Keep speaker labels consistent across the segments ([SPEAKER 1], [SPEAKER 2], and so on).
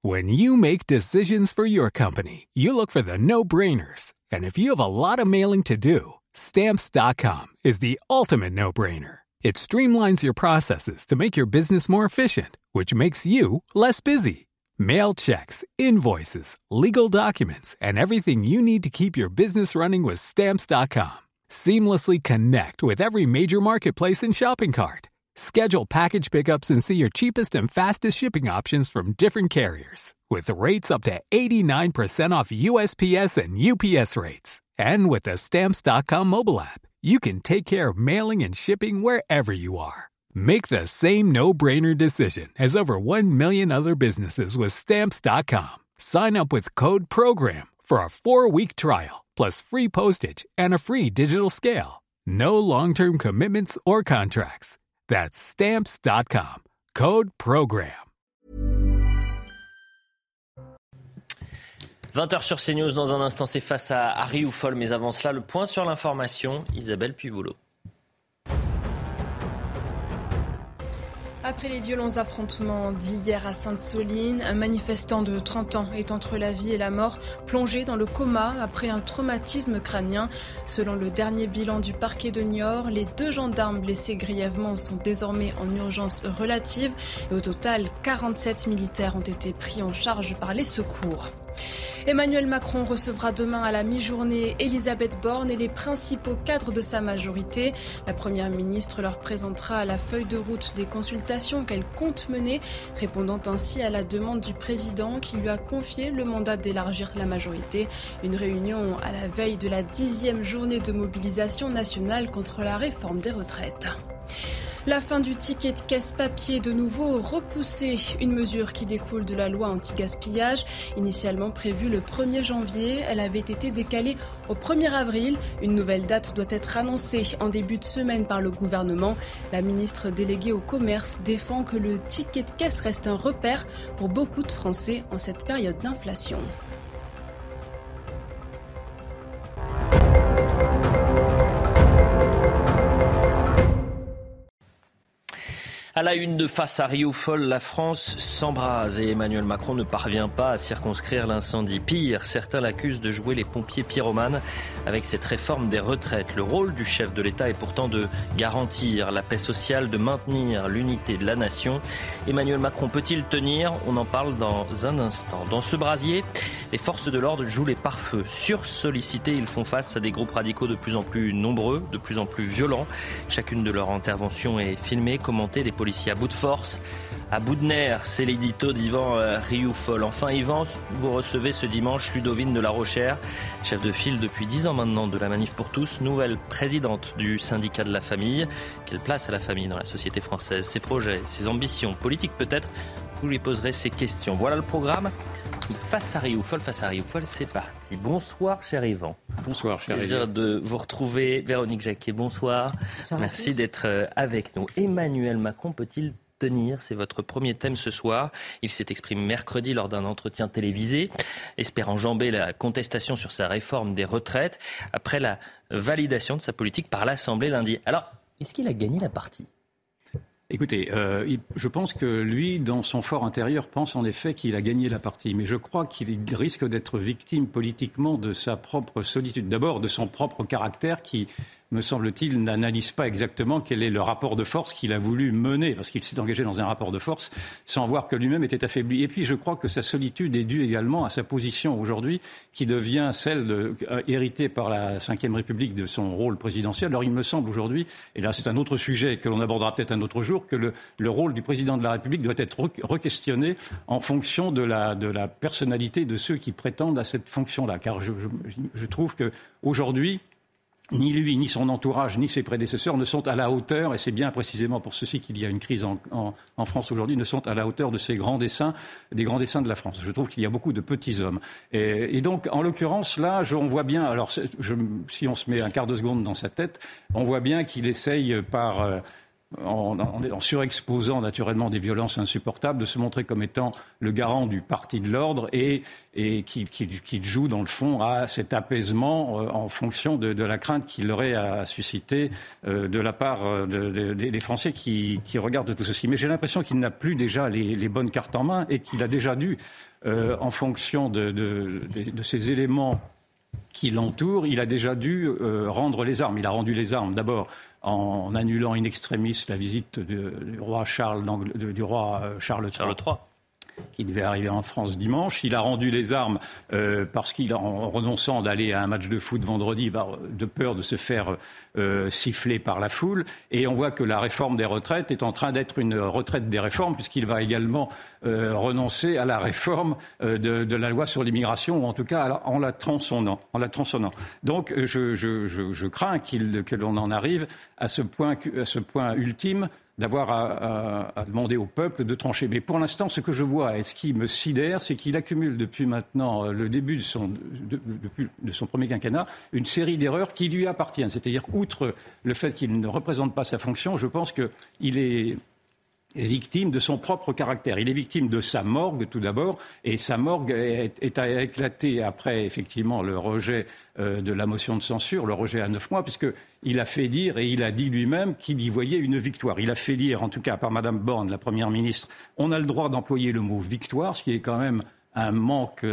[SPEAKER 1] When you make decisions for your company, you look for the no-brainers. And if you have a lot of mailing to do, Stamps.com is the ultimate no-brainer. It streamlines your processes to make your business more efficient, which makes you less busy. Mail checks, invoices, legal documents, and everything you need to keep your business running with Stamps.com. Seamlessly connect with every major marketplace and shopping cart. Schedule package pickups and see your cheapest and fastest shipping options from different carriers. With rates up to 89% off USPS and UPS rates. And with the Stamps.com mobile app, you can take care of mailing and shipping wherever you are. Make the same no-brainer decision as over 1 million other businesses with Stamps.com. Sign up with code PROGRAM for a 4-week trial, plus free postage and a free digital scale. No long-term commitments or contracts. That's Stamps.com. Code PROGRAM.
[SPEAKER 2] 20h sur CNews, dans un instant, c'est face à Harry ou folle. Mais avant cela, le point sur l'information, Isabelle Puyboulot.
[SPEAKER 3] Après les violents affrontements d'hier à Sainte-Soline, un manifestant de 30 ans est entre la vie et la mort, plongé dans le coma après un traumatisme crânien. Selon le dernier bilan du parquet de Niort, les 2 gendarmes blessés grièvement sont désormais en urgence relative. Et au total, 47 militaires ont été pris en charge par les secours. Emmanuel Macron recevra demain à la mi-journée Elisabeth Borne et les principaux cadres de sa majorité. La Première ministre leur présentera la feuille de route des consultations qu'elle compte mener, répondant ainsi à la demande du président qui lui a confié le mandat d'élargir la majorité. Une réunion à la veille de la 10e journée de mobilisation nationale contre la réforme des retraites. La fin du ticket de caisse papier de nouveau repoussée, une mesure qui découle de la loi anti-gaspillage. Initialement prévue le 1er janvier, elle avait été décalée au 1er avril. Une nouvelle date doit être annoncée en début de semaine par le gouvernement. La ministre déléguée au commerce défend que le ticket de caisse reste un repère pour beaucoup de Français en cette période d'inflation.
[SPEAKER 2] À la une de Face à Harry ou folle, la France s'embrase et Emmanuel Macron ne parvient pas à circonscrire l'incendie. Pire, certains l'accusent de jouer les pompiers pyromanes avec cette réforme des retraites. Le rôle du chef de l'État est pourtant de garantir la paix sociale, de maintenir l'unité de la nation. Emmanuel Macron peut-il tenir ? On en parle dans un instant. Dans ce brasier, les forces de l'ordre jouent les pare-feux. Sursollicités, ils font face à des groupes radicaux de plus en plus nombreux, de plus en plus violents. Chacune de leurs interventions est filmée, commentée, des policiers à bout de force, à bout de nerfs. C'est l'édito d'Yvan Rioufol. Enfin, Yvan, vous recevez ce dimanche Ludovine de la Rochère, chef de file depuis 10 ans maintenant de la Manif pour tous, nouvelle présidente du syndicat de la famille. Quelle place à la famille dans la société française ? Ses projets, ses ambitions politiques peut-être ? Vous lui poserez ces questions. Voilà le programme. Face à Harry ou folle, c'est parti. Bonsoir, cher Yvan.
[SPEAKER 4] Bonsoir, cher Yvan.
[SPEAKER 2] Plaisir de vous retrouver. Véronique Jacquet, bonsoir.
[SPEAKER 5] Bonsoir.
[SPEAKER 2] Merci d'être avec nous. Emmanuel Macron peut-il tenir ? C'est votre premier thème ce soir. Il s'est exprimé mercredi lors d'un entretien télévisé, espérant enjamber la contestation sur sa réforme des retraites après la validation de sa politique par l'Assemblée lundi. Alors, est-ce qu'il a gagné la partie ?
[SPEAKER 4] Écoutez, je pense que lui, dans son fort intérieur, pense en effet qu'il a gagné la partie. Mais je crois qu'il risque d'être victime politiquement de sa propre solitude. D'abord, de son propre caractère qui, me semble-t-il, n'analyse pas exactement quel est le rapport de force qu'il a voulu mener, parce qu'il s'est engagé dans un rapport de force sans voir que lui-même était affaibli. Et puis, je crois que sa solitude est due également à sa position aujourd'hui, qui devient celle héritée par la Ve République de son rôle présidentiel. Alors, il me semble aujourd'hui, et là c'est un autre sujet que l'on abordera peut-être un autre jour, que le rôle du président de la République doit être re-questionné en fonction de la personnalité de ceux qui prétendent à cette fonction-là. Car je trouve qu'aujourd'hui, ni lui, ni son entourage, ni ses prédécesseurs ne sont à la hauteur, et c'est bien précisément pour ceci qu'il y a une crise en France aujourd'hui, ne sont à la hauteur de ces grands desseins, des grands desseins de la France. Je trouve qu'il y a beaucoup de petits hommes. Et donc, en l'occurrence, là, on voit bien, alors si on se met un quart de seconde dans sa tête, on voit bien qu'il essaye par en surexposant naturellement des violences insupportables, de se montrer comme étant le garant du parti de l'ordre et qui joue dans le fond à cet apaisement en fonction de la crainte qu'il aurait à susciter de la part des Français qui regardent tout ceci. Mais j'ai l'impression qu'il n'a plus déjà les bonnes cartes en main et qu'il a déjà dû, en fonction de ces éléments qui l'entourent, il a déjà dû rendre les armes. Il a rendu les armes d'abord en annulant in extremis la visite du roi Charles III. Qui devait arriver en France dimanche. Il a rendu les armes parce en renonçant d'aller à un match de foot vendredi, de peur de se faire siffler par la foule. Et on voit que la réforme des retraites est en train d'être une retraite des réformes, puisqu'il va également renoncer à la réforme de la loi sur l'immigration, ou en tout cas en la tronçonnant. Donc je crains que l'on en arrive à ce point ultime d'avoir à demander au peuple de trancher. Mais pour l'instant, ce que je vois et ce qui me sidère, c'est qu'il accumule depuis maintenant le début de son premier quinquennat une série d'erreurs qui lui appartiennent. C'est-à-dire, outre le fait qu'il ne représente pas sa fonction, je pense qu'il est victime de son propre caractère. Il est victime de sa morgue, tout d'abord, et sa morgue est à éclater après, effectivement, le rejet de la motion de censure, le rejet à 9 mois, puisqu'il a fait dire, et il a dit lui-même, qu'il y voyait une victoire. Il a fait dire, en tout cas par Mme Borne, la Première ministre, on a le droit d'employer le mot victoire, ce qui est quand même un manque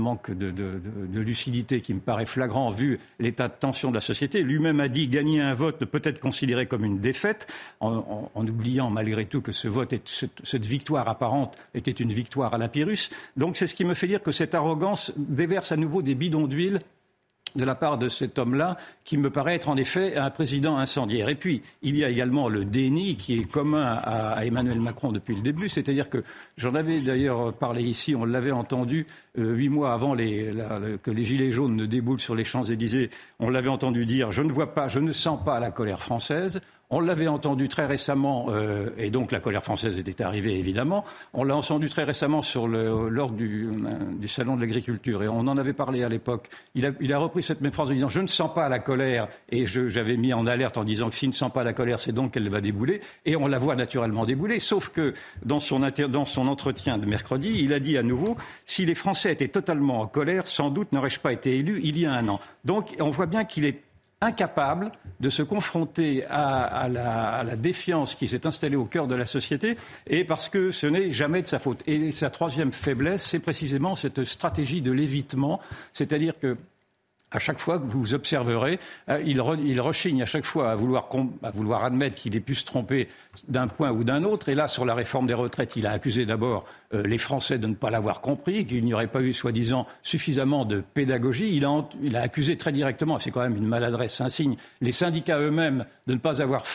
[SPEAKER 4] de lucidité qui me paraît flagrant vu l'état de tension de la société. Lui-même a dit gagner un vote peut être considéré comme une défaite, en oubliant malgré tout que ce vote, cette victoire apparente était une victoire à la Pyrrhus. Donc c'est ce qui me fait dire que cette arrogance déverse à nouveau des bidons d'huile de la part de cet homme-là, qui me paraît être en effet un président incendiaire. Et puis, il y a également le déni qui est commun à Emmanuel Macron depuis le début, c'est-à-dire que, j'en avais d'ailleurs parlé ici, on l'avait entendu 8 mois avant que les Gilets jaunes ne déboulent sur les Champs-Élysées, on l'avait entendu dire « je ne sens pas la colère française ». On l'avait entendu très récemment, et donc la colère française était arrivée évidemment, on l'a entendu très récemment lors du salon de l'agriculture, et on en avait parlé à l'époque. Il a repris cette même phrase en disant « je ne sens pas la colère », et j'avais mis en alerte en disant que s'il ne sent pas la colère, c'est donc qu'elle va débouler, et on la voit naturellement débouler, sauf que dans son entretien de mercredi, il a dit à nouveau « si les Français étaient totalement en colère, sans doute n'aurais-je pas été élu il y a un an ». Donc on voit bien qu'il est incapable de se confronter à la défiance qui s'est installée au cœur de la société, et parce que ce n'est jamais de sa faute. Et sa troisième faiblesse, c'est précisément cette stratégie de l'évitement, c'est-à-dire que à chaque fois que vous observerez, il rechigne à chaque fois à vouloir admettre qu'il ait pu se tromper d'un point ou d'un autre. Et là, sur la réforme des retraites, il a accusé d'abord les Français de ne pas l'avoir compris, qu'il n'y aurait pas eu, soi-disant, suffisamment de pédagogie. Il a accusé très directement, c'est quand même une maladresse insigne, les syndicats eux-mêmes de ne pas avoir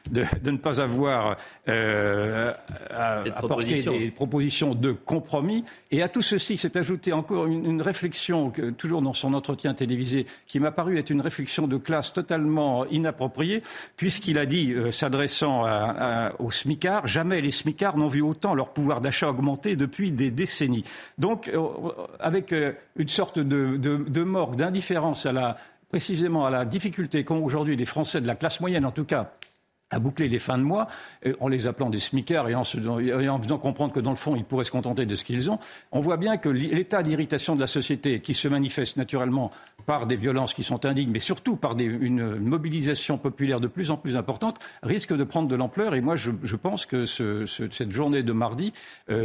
[SPEAKER 4] apporté des propositions de compromis. Et à tout ceci s'est ajouté encore une réflexion, toujours dans son entretien télévisé, qui m'a paru être une réflexion de classe totalement inappropriée, puisqu'il a dit, s'adressant aux smicards, jamais les smicards n'ont vu autant leur pouvoir d'achat augmenter depuis des décennies. Donc, avec une sorte de morgue, d'indifférence précisément à la difficulté qu'ont aujourd'hui les Français de la classe moyenne, en tout cas, à boucler les fins de mois, en les appelant des smicards et en faisant comprendre que dans le fond, ils pourraient se contenter de ce qu'ils ont. On voit bien que l'état d'irritation de la société, qui se manifeste naturellement par des violences qui sont indignes, mais surtout par une mobilisation populaire de plus en plus importante, risque de prendre de l'ampleur. Et moi, je pense que cette journée de mardi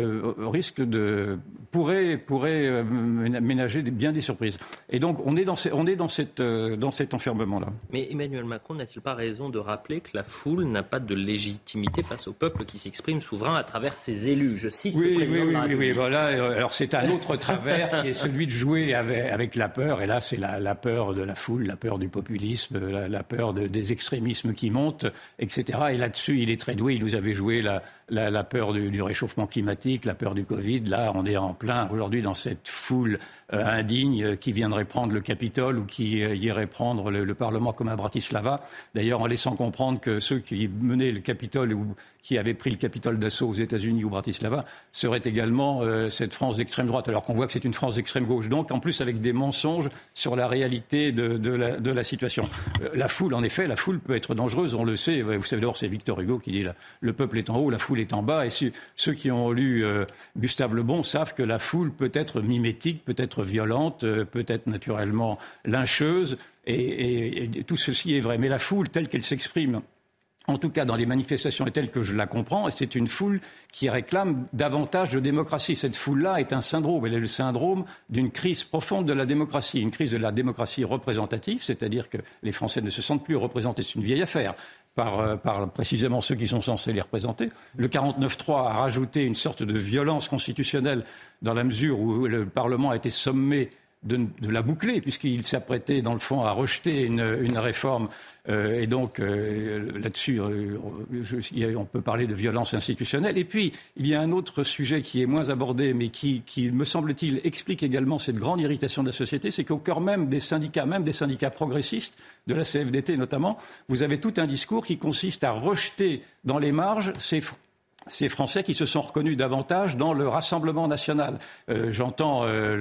[SPEAKER 4] pourrait ménager bien des surprises. Et donc, on est dans cet enfermement-là.
[SPEAKER 2] Mais Emmanuel Macron n'a-t-il pas raison de rappeler que la foule n'a pas de légitimité face au peuple qui s'exprime souverain à travers ses élus? Je cite le président de la République.
[SPEAKER 4] Oui, voilà. Alors c'est un autre travers qui est celui de jouer avec la peur. Et là, c'est la peur de la foule, la peur du populisme, la peur des extrémismes qui montent, etc. Et là-dessus, il est très doué. Il nous avait joué la peur du réchauffement climatique, la peur du Covid. Là, on est en plein aujourd'hui dans cette foule indigne qui viendrait prendre le Capitole ou qui irait prendre le Parlement comme à Bratislava. D'ailleurs, en laissant comprendre que ceux qui menaient le Capitole ou qui avaient pris le Capitole d'assaut aux États-Unis ou Bratislava seraient également cette France d'extrême droite, alors qu'on voit que c'est une France d'extrême gauche. Donc, en plus, avec des mensonges sur la réalité de la situation. La foule, en effet, la foule peut être dangereuse, on le sait. Vous savez, d'abord, c'est Victor Hugo qui dit le peuple est en haut, la foule est en bas. Et ceux qui ont lu Gustave Le Bon savent que la foule peut être mimétique, peut être violente, peut être naturellement lyncheuse. Et tout ceci est vrai. Mais la foule, telle qu'elle s'exprime, en tout cas dans les manifestations et telle que je la comprends, c'est une foule qui réclame davantage de démocratie. Cette foule-là est un syndrome. Elle est le syndrome d'une crise profonde de la démocratie, une crise de la démocratie représentative, c'est-à-dire que les Français ne se sentent plus représentés. C'est une vieille affaire. Par précisément ceux qui sont censés les représenter. Le 49.3 a rajouté une sorte de violence constitutionnelle dans la mesure où le Parlement a été sommé de la boucler, puisqu'il s'apprêtait, dans le fond, à rejeter une réforme. Et donc, là-dessus, on peut parler de violence institutionnelle. Et puis, il y a un autre sujet qui est moins abordé, mais qui me semble-t-il, explique également cette grande irritation de la société, c'est qu'au cœur même des syndicats progressistes, de la CFDT notamment, vous avez tout un discours qui consiste à rejeter dans les marges ces Français qui se sont reconnus davantage dans le Rassemblement national. J'entends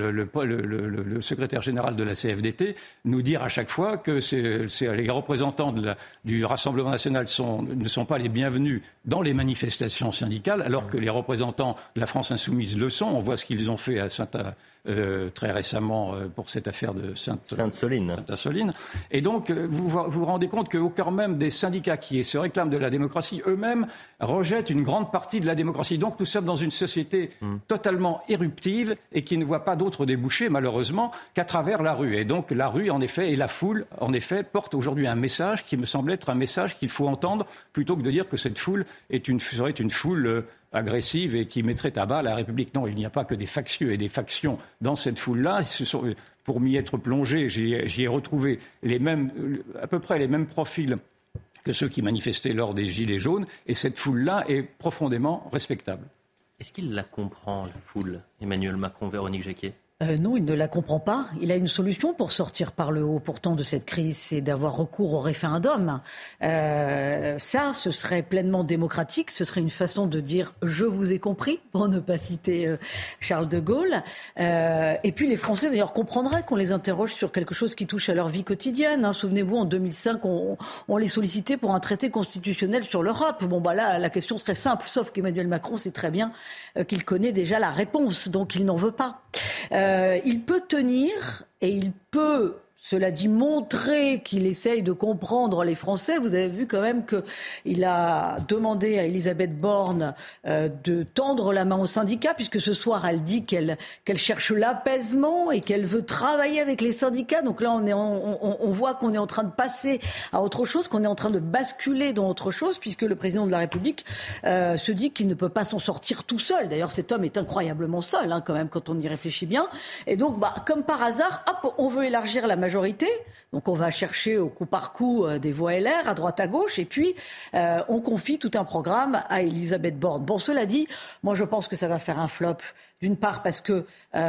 [SPEAKER 4] le secrétaire général de la CFDT nous dire à chaque fois que les représentants du Rassemblement national ne sont pas les bienvenus dans les manifestations syndicales, alors que les représentants de la France insoumise le sont. On voit ce qu'ils ont fait à très récemment pour cette affaire de Sainte-Soline. Et donc, vous vous rendez compte qu'au cœur même des syndicats qui se réclament de la démocratie, eux-mêmes rejettent une grande partie de la démocratie. Donc, nous sommes dans une société totalement éruptive et qui ne voit pas d'autre débouché, malheureusement, qu'à travers la rue. Et donc, la rue, en effet, et la foule, en effet, portent aujourd'hui un message qui me semble être un message qu'il faut entendre, plutôt que de dire que cette foule serait une foule agressive et qui mettrait à bas la République. Non, il n'y a pas que des factieux et des factions dans cette foule-là. Pour m'y être plongé, j'y ai retrouvé à peu près les mêmes profils que ceux qui manifestaient lors des Gilets jaunes. Et cette foule-là est profondément respectable.
[SPEAKER 2] Est-ce qu'il la comprend, la foule, Emmanuel Macron, Véronique Jacquier ?
[SPEAKER 5] Non, il ne la comprend pas. Il a une solution pour sortir par le haut, pourtant, de cette crise, c'est d'avoir recours au référendum. Ça, ce serait pleinement démocratique. Ce serait une façon de dire « je vous ai compris », pour ne pas citer Charles de Gaulle. Et puis les Français, d'ailleurs, comprendraient qu'on les interroge sur quelque chose qui touche à leur vie quotidienne. Souvenez-vous, en 2005, on les sollicitait pour un traité constitutionnel sur l'Europe. Bon, là, la question serait simple, sauf qu'Emmanuel Macron sait très bien qu'il connaît déjà la réponse, donc il n'en veut pas. Il peut tenir et il peut, cela dit, montrer qu'il essaye de comprendre les Français. Vous avez vu quand même qu'il a demandé à Elisabeth Borne de tendre la main aux syndicats, puisque ce soir elle dit qu'elle cherche l'apaisement et qu'elle veut travailler avec les syndicats. Donc là on voit qu'on est en train de passer à autre chose, qu'on est en train de basculer dans autre chose, puisque le président de la République se dit qu'il ne peut pas s'en sortir tout seul. D'ailleurs cet homme est incroyablement seul quand même quand on y réfléchit bien. Et donc comme par hasard, hop, on veut élargir la majorité. Donc on va chercher au coup par coup des voix LR à droite à gauche et puis on confie tout un programme à Elisabeth Borne. Bon, cela dit, moi je pense que ça va faire un flop. D'une part parce que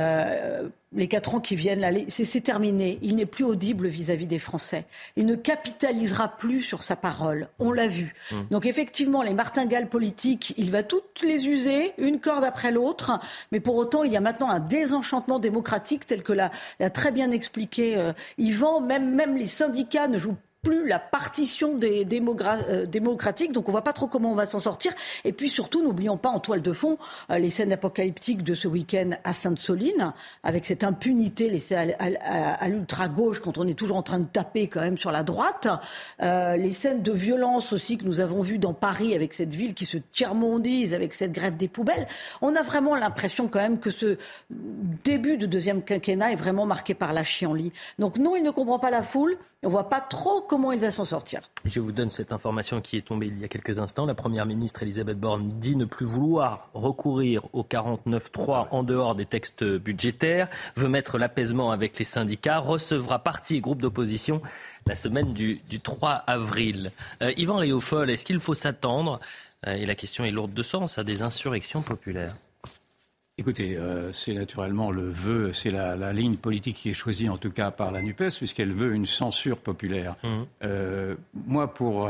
[SPEAKER 5] les 4 ans qui viennent, là, c'est terminé. Il n'est plus audible vis-à-vis des Français. Il ne capitalisera plus sur sa parole. On l'a vu. Donc effectivement, les martingales politiques, il va toutes les user, une corde après l'autre. Mais pour autant, il y a maintenant un désenchantement démocratique tel que l'a très bien expliqué Yvan. Même les syndicats ne jouent plus la partition démocratique, donc on voit pas trop comment on va s'en sortir. Et puis surtout, n'oublions pas en toile de fond les scènes apocalyptiques de ce week-end à Sainte-Soline, avec cette impunité laissée à l'ultra-gauche quand on est toujours en train de taper quand même sur la droite. Les scènes de violence aussi que nous avons vues dans Paris, avec cette ville qui se tiers-mondise, avec cette grève des poubelles. On a vraiment l'impression quand même que ce début de deuxième quinquennat est vraiment marqué par la chienlit. Donc non, il ne comprend pas la foule. On ne voit pas trop comment il va s'en sortir.
[SPEAKER 2] Je vous donne cette information qui est tombée il y a quelques instants. La Première ministre Elisabeth Borne dit ne plus vouloir recourir au 49.3 en dehors des textes budgétaires, veut mettre l'apaisement avec les syndicats, recevra partis et groupes d'opposition la semaine du 3 avril. Yvan Rioufol, est-ce qu'il faut s'attendre et la question est lourde de sens, à des insurrections populaires.
[SPEAKER 4] Écoutez, c'est naturellement le vœu, c'est la ligne politique qui est choisie en tout cas par la NUPES, puisqu'elle veut une censure populaire. Moi, pour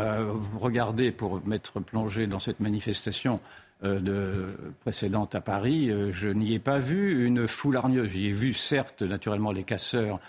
[SPEAKER 4] m'être plongé dans cette manifestation précédente à Paris, je n'y ai pas vu une foule hargneuse. J'y ai vu certes naturellement les casseurs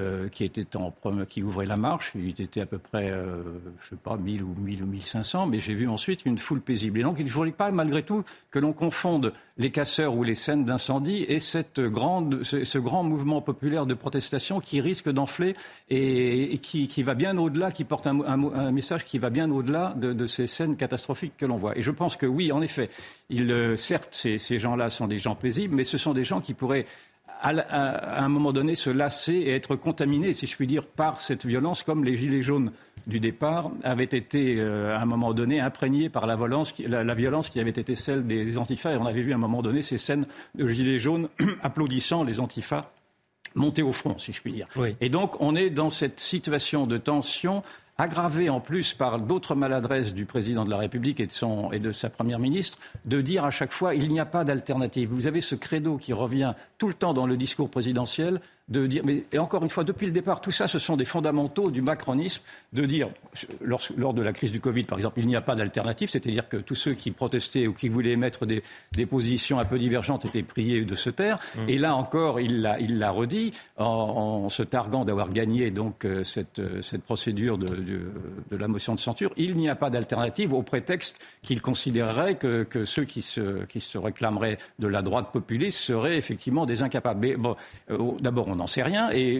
[SPEAKER 4] qui ouvraient la marche. Il était à peu près, 1000 ou 1500, mais j'ai vu ensuite une foule paisible. Et donc, il ne faudrait pas, malgré tout, que l'on confonde les casseurs ou les scènes d'incendie et ce grand mouvement populaire de protestation qui risque d'enfler et qui va bien au-delà, qui porte un message qui va bien au-delà de ces scènes catastrophiques que l'on voit. Et je pense que oui, en effet, certes, ces gens-là sont des gens paisibles, mais ce sont des gens qui pourraient à un moment donné se lasser et être contaminés, si je puis dire, par cette violence, comme les gilets jaunes du départ avaient été à un moment donné imprégnés par la violence qui avait été celle des antifas. Et on avait vu à un moment donné ces scènes de gilets jaunes applaudissant les antifas monter au front, si je puis dire. Oui. Et donc on est dans cette situation de tension aggravée en plus par d'autres maladresses du président de la République et de sa première ministre, de dire à chaque fois il n'y a pas d'alternative. Vous avez ce credo qui revient tout le temps dans le discours présidentiel, de dire, et encore une fois, depuis le départ, tout ça, ce sont des fondamentaux du macronisme, de dire, lors de la crise du Covid, par exemple, il n'y a pas d'alternative, c'est-à-dire que tous ceux qui protestaient ou qui voulaient émettre des positions un peu divergentes étaient priés de se taire. Et là encore, il l'a redit, en se targuant d'avoir gagné donc cette procédure de la motion de censure. Il n'y a pas d'alternative au prétexte qu'il considérerait que ceux qui se réclameraient de la droite populiste seraient effectivement des incapables. Mais bon, d'abord, on n'en sait rien, et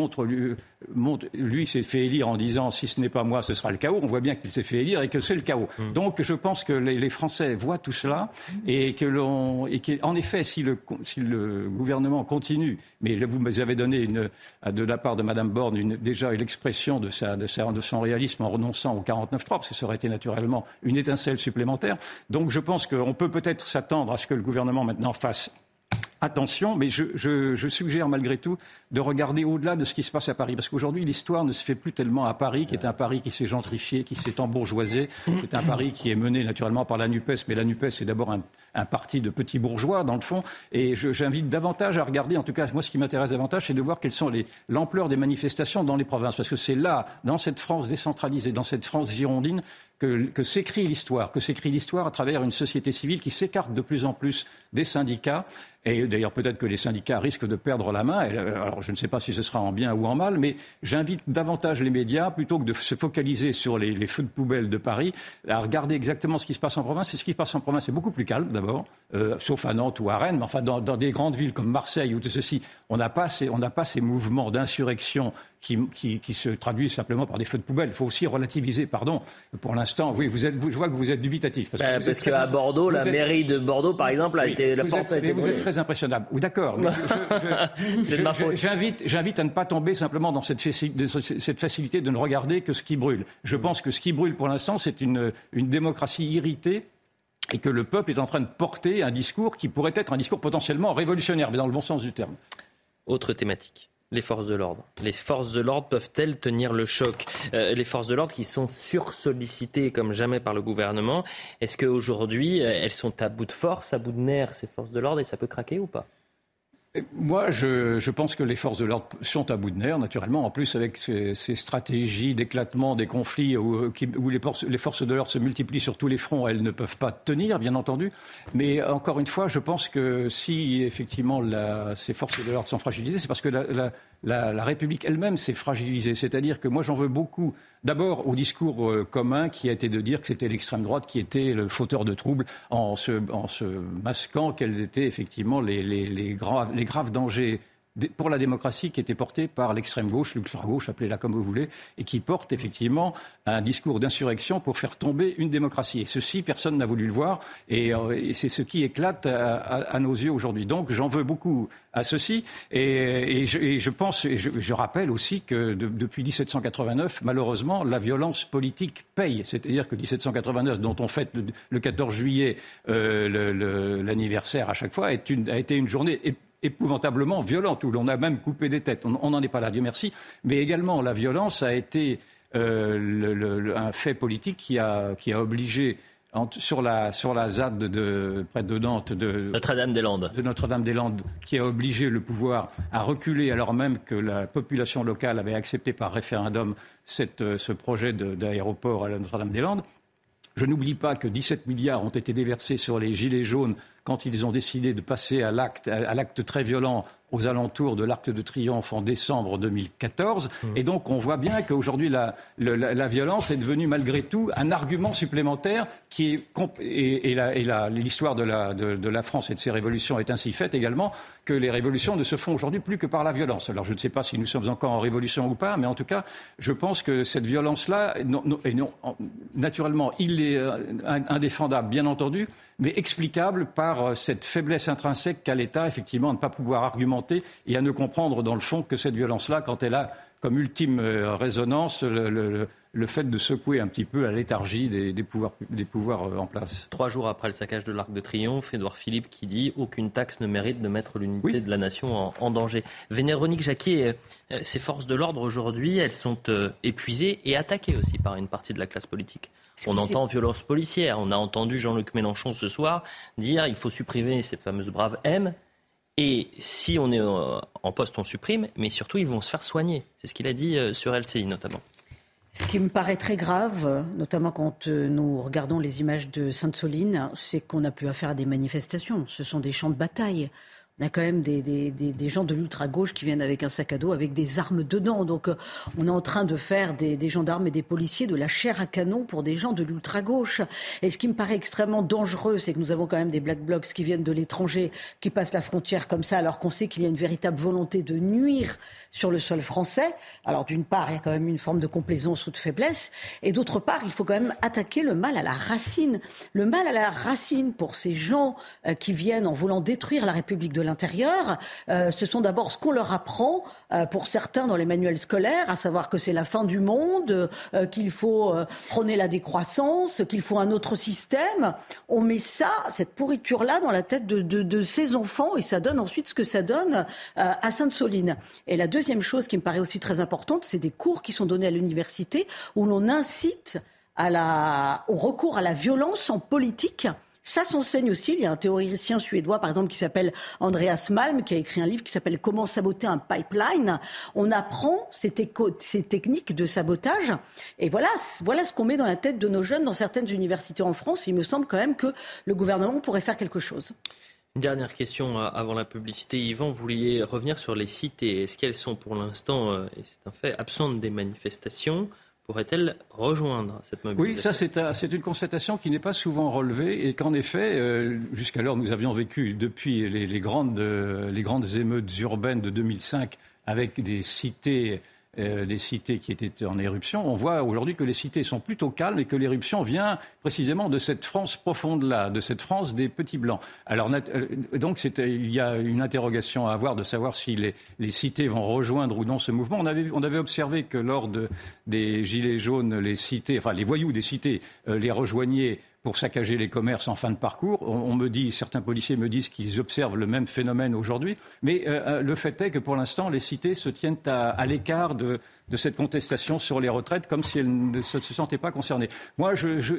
[SPEAKER 4] lui s'est fait élire en disant si ce n'est pas moi, ce sera le chaos. On voit bien qu'il s'est fait élire et que c'est le chaos. Donc je pense que les Français voient tout cela et qu'en effet, si le gouvernement continue, mais vous avez donné de la part de Mme Borne déjà l'expression de son réalisme en renonçant au 49.3, parce que ça aurait été naturellement une étincelle supplémentaire. Donc je pense qu'on peut peut-être s'attendre à ce que le gouvernement maintenant fasse attention, mais je suggère malgré tout de regarder au-delà de ce qui se passe à Paris. Parce qu'aujourd'hui, l'histoire ne se fait plus tellement à Paris, qui est un Paris qui s'est gentrifié, qui s'est embourgeoisé. C'est un Paris qui est mené naturellement par la NUPES, mais la NUPES est d'abord un parti de petits bourgeois, dans le fond. Et j'invite davantage à regarder, en tout cas, moi, ce qui m'intéresse davantage, c'est de voir quelles sont l'ampleur des manifestations dans les provinces. Parce que c'est là, dans cette France décentralisée, dans cette France girondine, que s'écrit l'histoire à travers une société civile qui s'écarte de plus en plus des syndicats. Et d'ailleurs, peut-être que les syndicats risquent de perdre la main. Alors, je ne sais pas si ce sera en bien ou en mal, mais j'invite davantage les médias, plutôt que de se focaliser sur les feux de poubelle de Paris, à regarder exactement ce qui se passe en province. Et ce qui se passe en province, c'est beaucoup plus calme, d'abord, sauf à Nantes ou à Rennes. Mais enfin, dans des grandes villes comme Marseille ou tout ceci, on n'a pas ces mouvements d'insurrection qui se traduisent simplement par des feux de poubelle. Il faut aussi relativiser, pardon, pour l'instant. Oui, je vois que vous êtes dubitatif.
[SPEAKER 2] Parce qu'à Bordeaux, la mairie de Bordeaux, par exemple, a été...
[SPEAKER 4] Vous êtes très impressionnable. Oui, d'accord. J'invite à ne pas tomber simplement dans cette facilité de ne regarder que ce qui brûle. Je pense que ce qui brûle pour l'instant, c'est une démocratie irritée, et que le peuple est en train de porter un discours qui pourrait être un discours potentiellement révolutionnaire, mais dans le bon sens du terme.
[SPEAKER 2] Autre thématique. Les forces de l'ordre. Les forces de l'ordre peuvent-elles tenir le choc ? Les forces de l'ordre qui sont sursollicitées comme jamais par le gouvernement, est-ce qu'aujourd'hui, elles sont à bout de force, à bout de nerfs, ces forces de l'ordre, et ça peut craquer ou pas ?
[SPEAKER 4] Moi, je pense que les forces de l'ordre sont à bout de nerfs, naturellement. En plus, avec ces stratégies d'éclatement des conflits où les forces de l'ordre se multiplient sur tous les fronts, elles ne peuvent pas tenir, bien entendu. Mais encore une fois, je pense que si effectivement ces forces de l'ordre sont fragilisées, c'est parce que la République elle-même s'est fragilisée. C'est-à-dire que moi, j'en veux beaucoup, d'abord au discours commun qui a été de dire que c'était l'extrême droite qui était le fauteur de troubles en se masquant quels étaient effectivement les graves dangers pour la démocratie qui étaient portés par l'extrême gauche, l'ultra-gauche, appelez-la comme vous voulez, et qui porte effectivement un discours d'insurrection pour faire tomber une démocratie. Et ceci, personne n'a voulu le voir, et c'est ce qui éclate à nos yeux aujourd'hui. Donc j'en veux beaucoup à ceci, et je pense, et je rappelle aussi que depuis 1789, malheureusement, la violence politique paye. C'est-à-dire que 1789, dont on fête le 14 juillet l'anniversaire à chaque fois, a été une journée épouvantablement violente, où l'on a même coupé des têtes. On n'en est pas là, Dieu merci. Mais également, la violence a été un fait politique qui a obligé sur la ZAD près de Nantes, de Notre-Dame-des-Landes, qui a obligé le pouvoir à reculer alors même que la population locale avait accepté par référendum ce projet d'aéroport à Notre-Dame-des-Landes. Je n'oublie pas que 17 milliards ont été déversés sur les Gilets jaunes quand ils ont décidé de passer à l'acte très violent aux alentours de l'Arc de Triomphe en décembre 2014. Et donc, on voit bien qu'aujourd'hui, la violence est devenue malgré tout un argument supplémentaire l'histoire de la France et de ses révolutions est ainsi faite également que les révolutions ne se font aujourd'hui plus que par la violence. Alors, je ne sais pas si nous sommes encore en révolution ou pas, mais en tout cas, je pense que cette violence-là, naturellement, il est indéfendable, bien entendu, mais explicable par cette faiblesse intrinsèque qu'a l'État, effectivement, à ne pas pouvoir argumenter et à ne comprendre, dans le fond, que cette violence-là, quand elle a comme ultime résonance le fait de secouer un petit peu la léthargie des pouvoirs en place.
[SPEAKER 2] 3 jours après le saccage de l'Arc de Triomphe, Édouard Philippe qui dit « Aucune taxe ne mérite de mettre l'unité de la nation en danger ». Véronique Jacquier, ces forces de l'ordre aujourd'hui, elles sont épuisées et attaquées aussi par une partie de la classe politique. On entend violence policière. On a entendu Jean-Luc Mélenchon ce soir dire il faut supprimer cette fameuse brave M. Et si on est en poste, on supprime. Mais surtout, ils vont se faire soigner. C'est ce qu'il a dit sur LCI notamment.
[SPEAKER 5] Ce qui me paraît très grave, notamment quand nous regardons les images de Sainte-Soline, c'est qu'on a pu affaire à des manifestations. Ce sont des champs de bataille. On a quand même des gens de l'ultra-gauche qui viennent avec un sac à dos, avec des armes dedans. Donc on est en train de faire des gendarmes et des policiers de la chair à canon pour des gens de l'ultra-gauche. Et ce qui me paraît extrêmement dangereux, c'est que nous avons quand même des Black Blocs qui viennent de l'étranger, qui passent la frontière comme ça, alors qu'on sait qu'il y a une véritable volonté de nuire sur le sol français. Alors d'une part, il y a quand même une forme de complaisance ou de faiblesse. Et d'autre part, il faut quand même attaquer le mal à la racine. Le mal à la racine pour ces gens qui viennent en voulant détruire la République de l'intérieur, ce sont d'abord ce qu'on leur apprend, pour certains dans les manuels scolaires, à savoir que c'est la fin du monde, qu'il faut prôner la décroissance, qu'il faut un autre système. On met ça, cette pourriture-là, dans la tête de ces enfants et ça donne ensuite ce que ça donne à Sainte-Soline. Et la deuxième chose qui me paraît aussi très importante, c'est des cours qui sont donnés à l'université où l'on incite au recours à la violence en politique. Ça s'enseigne aussi. Il y a un théoricien suédois, par exemple, qui s'appelle Andreas Malm, qui a écrit un livre qui s'appelle « Comment saboter un pipeline ». On apprend ces techniques de sabotage. Et voilà ce qu'on met dans la tête de nos jeunes dans certaines universités en France. Il me semble quand même que le gouvernement pourrait faire quelque chose.
[SPEAKER 2] Une dernière question avant la publicité. Yvan, vous vouliez revenir sur les cités. Est-ce qu'elles sont pour l'instant, et c'est un fait, absentes des manifestations ? Pourrait-elle rejoindre cette mobilisation ?
[SPEAKER 4] Oui, ça c'est une constatation qui n'est pas souvent relevée et qu'en effet, jusqu'alors nous avions vécu depuis les grandes émeutes urbaines de 2005 avec des cités qui étaient en éruption. On voit aujourd'hui que les cités sont plutôt calmes et que l'éruption vient précisément de cette France profonde-là, de cette France des petits blancs. Alors donc il y a une interrogation à avoir de savoir si les cités vont rejoindre ou non ce mouvement. On avait observé que lors des Gilets jaunes, les cités, enfin les voyous des cités les rejoignaient pour saccager les commerces en fin de parcours. Certains policiers me disent qu'ils observent le même phénomène aujourd'hui. Mais le fait est que pour l'instant, les cités se tiennent à l'écart de cette contestation sur les retraites, comme si elles ne se sentaient pas concernées. Moi, le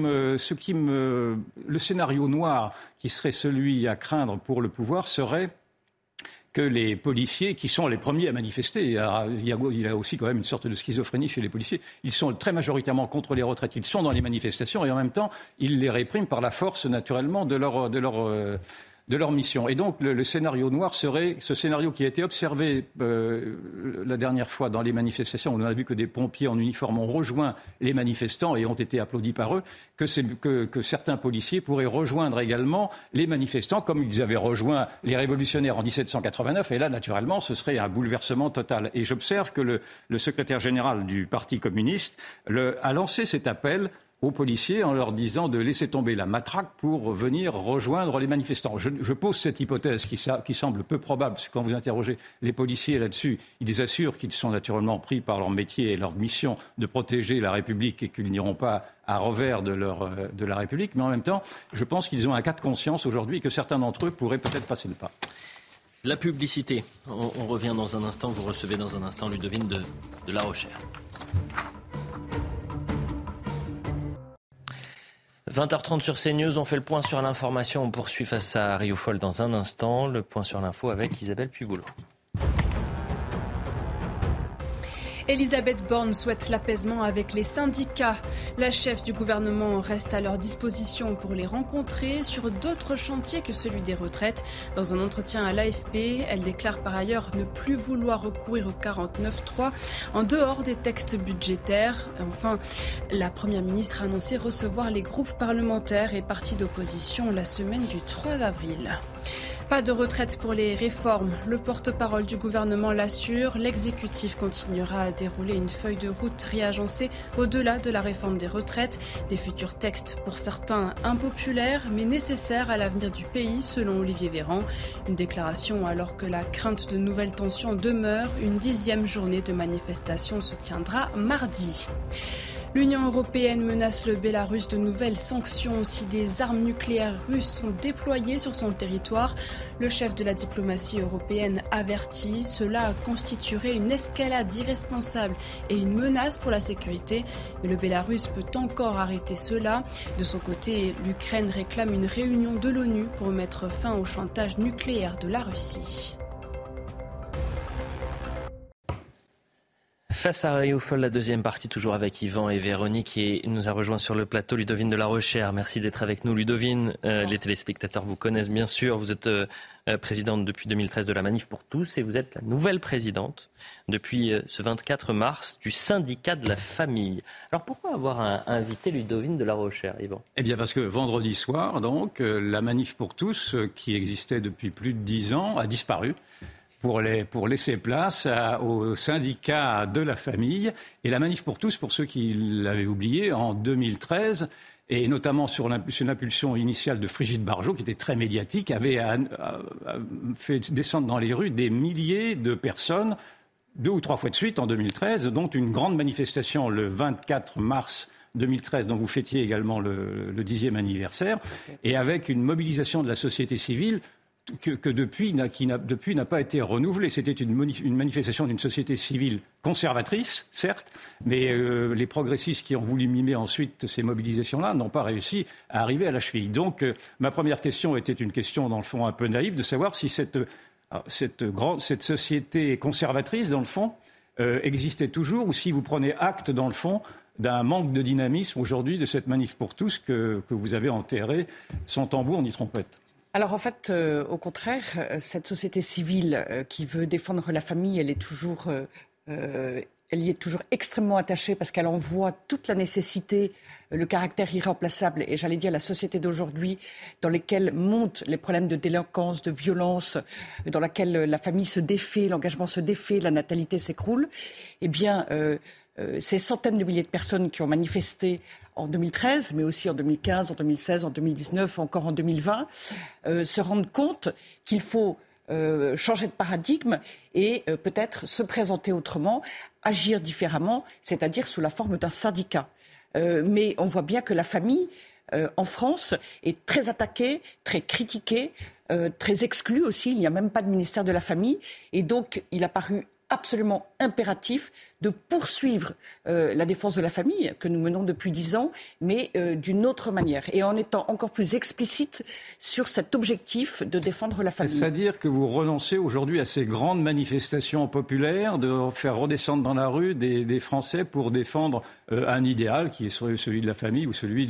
[SPEAKER 4] scénario noir qui serait celui à craindre pour le pouvoir serait que les policiers, qui sont les premiers à manifester, il y a aussi quand même une sorte de schizophrénie chez les policiers, ils sont très majoritairement contre les retraites, ils sont dans les manifestations et en même temps, ils les répriment par la force naturellement de leur mission. Et donc le scénario noir serait ce scénario qui a été observé la dernière fois dans les manifestations, où on a vu que des pompiers en uniforme ont rejoint les manifestants et ont été applaudis par eux, que certains policiers pourraient rejoindre également les manifestants comme ils avaient rejoint les révolutionnaires en 1789. Et là, naturellement, ce serait un bouleversement total. Et j'observe que le secrétaire général du Parti communiste a lancé cet appel aux policiers en leur disant de laisser tomber la matraque pour venir rejoindre les manifestants. Je pose cette hypothèse qui semble peu probable, parce que quand vous interrogez les policiers là-dessus, ils assurent qu'ils sont naturellement pris par leur métier et leur mission de protéger la République et qu'ils n'iront pas à revers de la République. Mais en même temps, je pense qu'ils ont un cas de conscience aujourd'hui et que certains d'entre eux pourraient peut-être passer le pas.
[SPEAKER 2] La publicité. On revient dans un instant. Vous recevez dans un instant Ludovine de La Rochère. 20h30 sur CNews, on fait le point sur l'information. On poursuit face à Rioufol dans un instant. Le point sur l'info avec Isabelle Puyboulot.
[SPEAKER 3] Elisabeth Borne souhaite l'apaisement avec les syndicats. La chef du gouvernement reste à leur disposition pour les rencontrer sur d'autres chantiers que celui des retraites. Dans un entretien à l'AFP, elle déclare par ailleurs ne plus vouloir recourir au 49.3 en dehors des textes budgétaires. Enfin, la Première ministre a annoncé recevoir les groupes parlementaires et partis d'opposition la semaine du 3 avril. Pas de retraite pour les réformes. Le porte-parole du gouvernement l'assure. L'exécutif continuera à dérouler une feuille de route réagencée au-delà de la réforme des retraites. Des futurs textes pour certains impopulaires mais nécessaires à l'avenir du pays, selon Olivier Véran. Une déclaration alors que la crainte de nouvelles tensions demeure. Une 10e journée de manifestation se tiendra mardi. L'Union européenne menace le Bélarus de nouvelles sanctions si des armes nucléaires russes sont déployées sur son territoire. Le chef de la diplomatie européenne avertit, cela constituerait une escalade irresponsable et une menace pour la sécurité. Mais le Bélarus peut encore arrêter cela. De son côté, l'Ukraine réclame une réunion de l'ONU pour mettre fin au chantage nucléaire de la Russie.
[SPEAKER 2] Face à Rioufol, la deuxième partie, toujours avec Yvan et Véronique, et nous a rejoint sur le plateau Ludovine de la Rochère. Merci d'être avec nous, Ludovine. Les téléspectateurs vous connaissent bien sûr. Vous êtes présidente depuis 2013 de la Manif pour tous et vous êtes la nouvelle présidente depuis ce 24 mars du syndicat de la famille. Alors pourquoi avoir invité Ludovine de la Rochère, Yvan ?
[SPEAKER 4] Eh bien parce que vendredi soir, donc, la Manif pour tous, qui existait depuis plus de 10 ans, a disparu. Pour laisser place au syndicat de la famille. Et la Manif pour tous, pour ceux qui l'avaient oublié, en 2013, et notamment sur l'impulsion initiale de Frigide Barjot, qui était très médiatique, avait fait descendre dans les rues des milliers de personnes, 2 ou 3 fois de suite en 2013, dont une grande manifestation le 24 mars 2013, dont vous fêtiez également le 10e anniversaire, et avec une mobilisation de la société civile que depuis n'a pas été renouvelée. C'était une manifestation d'une société civile conservatrice, certes, mais les progressistes qui ont voulu mimer ensuite ces mobilisations-là n'ont pas réussi à arriver à la cheville. Donc ma première question était une question, dans le fond, un peu naïve, de savoir si cette société conservatrice, dans le fond, existait toujours, ou si vous prenez acte, dans le fond, d'un manque de dynamisme aujourd'hui de cette Manif pour tous que vous avez enterré sans tambour ni trompette.
[SPEAKER 6] Alors en fait, au contraire, cette société civile qui veut défendre la famille, elle y est toujours extrêmement attachée parce qu'elle en voit toute la nécessité, le caractère irremplaçable et j'allais dire la société d'aujourd'hui dans laquelle montent les problèmes de délinquance, de violence, dans laquelle la famille se défait, l'engagement se défait, la natalité s'écroule. Eh bien, ces centaines de milliers de personnes qui ont manifesté en 2013, mais aussi en 2015, en 2016, en 2019, encore en 2020, se rendent compte qu'il faut changer de paradigme et peut-être se présenter autrement, agir différemment, c'est-à-dire sous la forme d'un syndicat. Mais on voit bien que la famille, en France, est très attaquée, très critiquée, très exclue aussi. Il n'y a même pas de ministère de la famille. Et donc, il a paru absolument impératif de poursuivre la défense de la famille que nous menons depuis 10 ans, mais d'une autre manière et en étant encore plus explicite sur cet objectif de défendre la famille.
[SPEAKER 4] C'est-à-dire que vous renoncez aujourd'hui à ces grandes manifestations populaires, de faire redescendre dans la rue des Français pour défendre un idéal qui est celui de la famille ou celui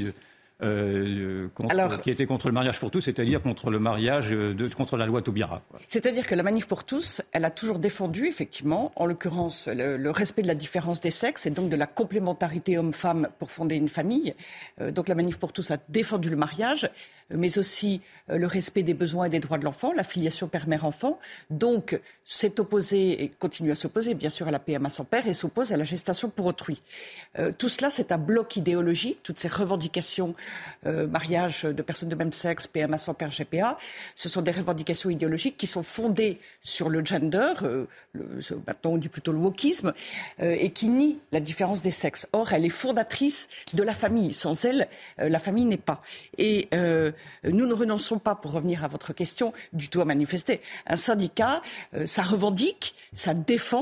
[SPEAKER 4] qui était contre le mariage pour tous, c'est-à-dire contre le mariage, contre la loi Taubira.
[SPEAKER 6] C'est-à-dire que la Manif pour tous, elle a toujours défendu, effectivement, en l'occurrence, le respect de la différence des sexes et donc de la complémentarité homme-femme pour fonder une famille. Donc la Manif pour tous a défendu le mariage, mais aussi le respect des besoins et des droits de l'enfant, la filiation père-mère-enfant. Donc s'est opposé et continue à s'opposer, bien sûr, à la PMA sans père et s'oppose à la gestation pour autrui. Tout cela, c'est un bloc idéologique, toutes ces revendications mariage de personnes de même sexe, PMA sans père, GPA, ce sont des revendications idéologiques qui sont fondées sur le gender, maintenant on dit plutôt le wokisme, et qui nient la différence des sexes. Or, elle est fondatrice de la famille. Sans elle, la famille n'est pas. Et nous ne renonçons pas, pour revenir à votre question, du tout à manifester. Un syndicat, ça revendique, ça défend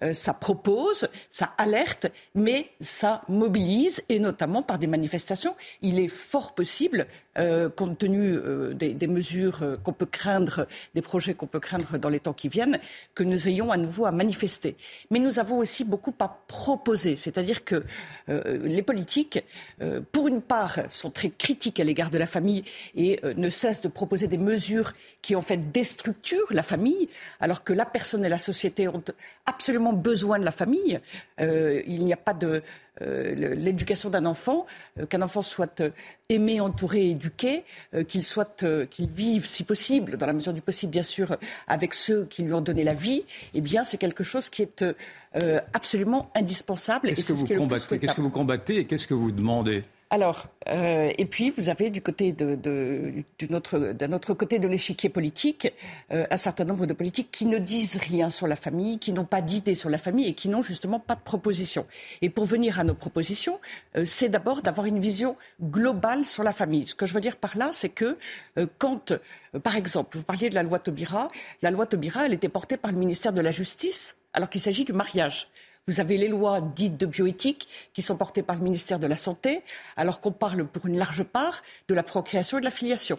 [SPEAKER 6] ça propose, ça alerte, mais ça mobilise, et notamment par des manifestations. Il est fort possible, compte tenu des mesures qu'on peut craindre, des projets qu'on peut craindre dans les temps qui viennent, que nous ayons à nouveau à manifester. Mais nous avons aussi beaucoup à proposer, c'est-à-dire que les politiques, pour une part, sont très critiques à l'égard de la famille et ne cessent de proposer des mesures qui, en fait, déstructurent la famille, alors que la personne et la société ont absolument besoin de la famille. Il n'y a pas de... l'éducation d'un enfant, qu'un enfant soit aimé, entouré, éduqué, qu'il vive, si possible, dans la mesure du possible, bien sûr, avec ceux qui lui ont donné la vie, eh bien, c'est quelque chose qui est absolument indispensable.
[SPEAKER 4] Qu'est-ce que vous combattez et qu'est-ce que vous demandez ?
[SPEAKER 6] Alors, et puis vous avez du côté d'un autre côté de l'échiquier politique, un certain nombre de politiques qui ne disent rien sur la famille, qui n'ont pas d'idée sur la famille et qui n'ont justement pas de propositions. Et pour venir à nos propositions, c'est d'abord d'avoir une vision globale sur la famille. Ce que je veux dire par là, c'est que quand, par exemple, vous parliez de la loi Taubira, elle était portée par le ministère de la Justice, alors qu'il s'agit du mariage. Vous avez les lois dites de bioéthique qui sont portées par le ministère de la Santé, alors qu'on parle pour une large part de la procréation et de la filiation.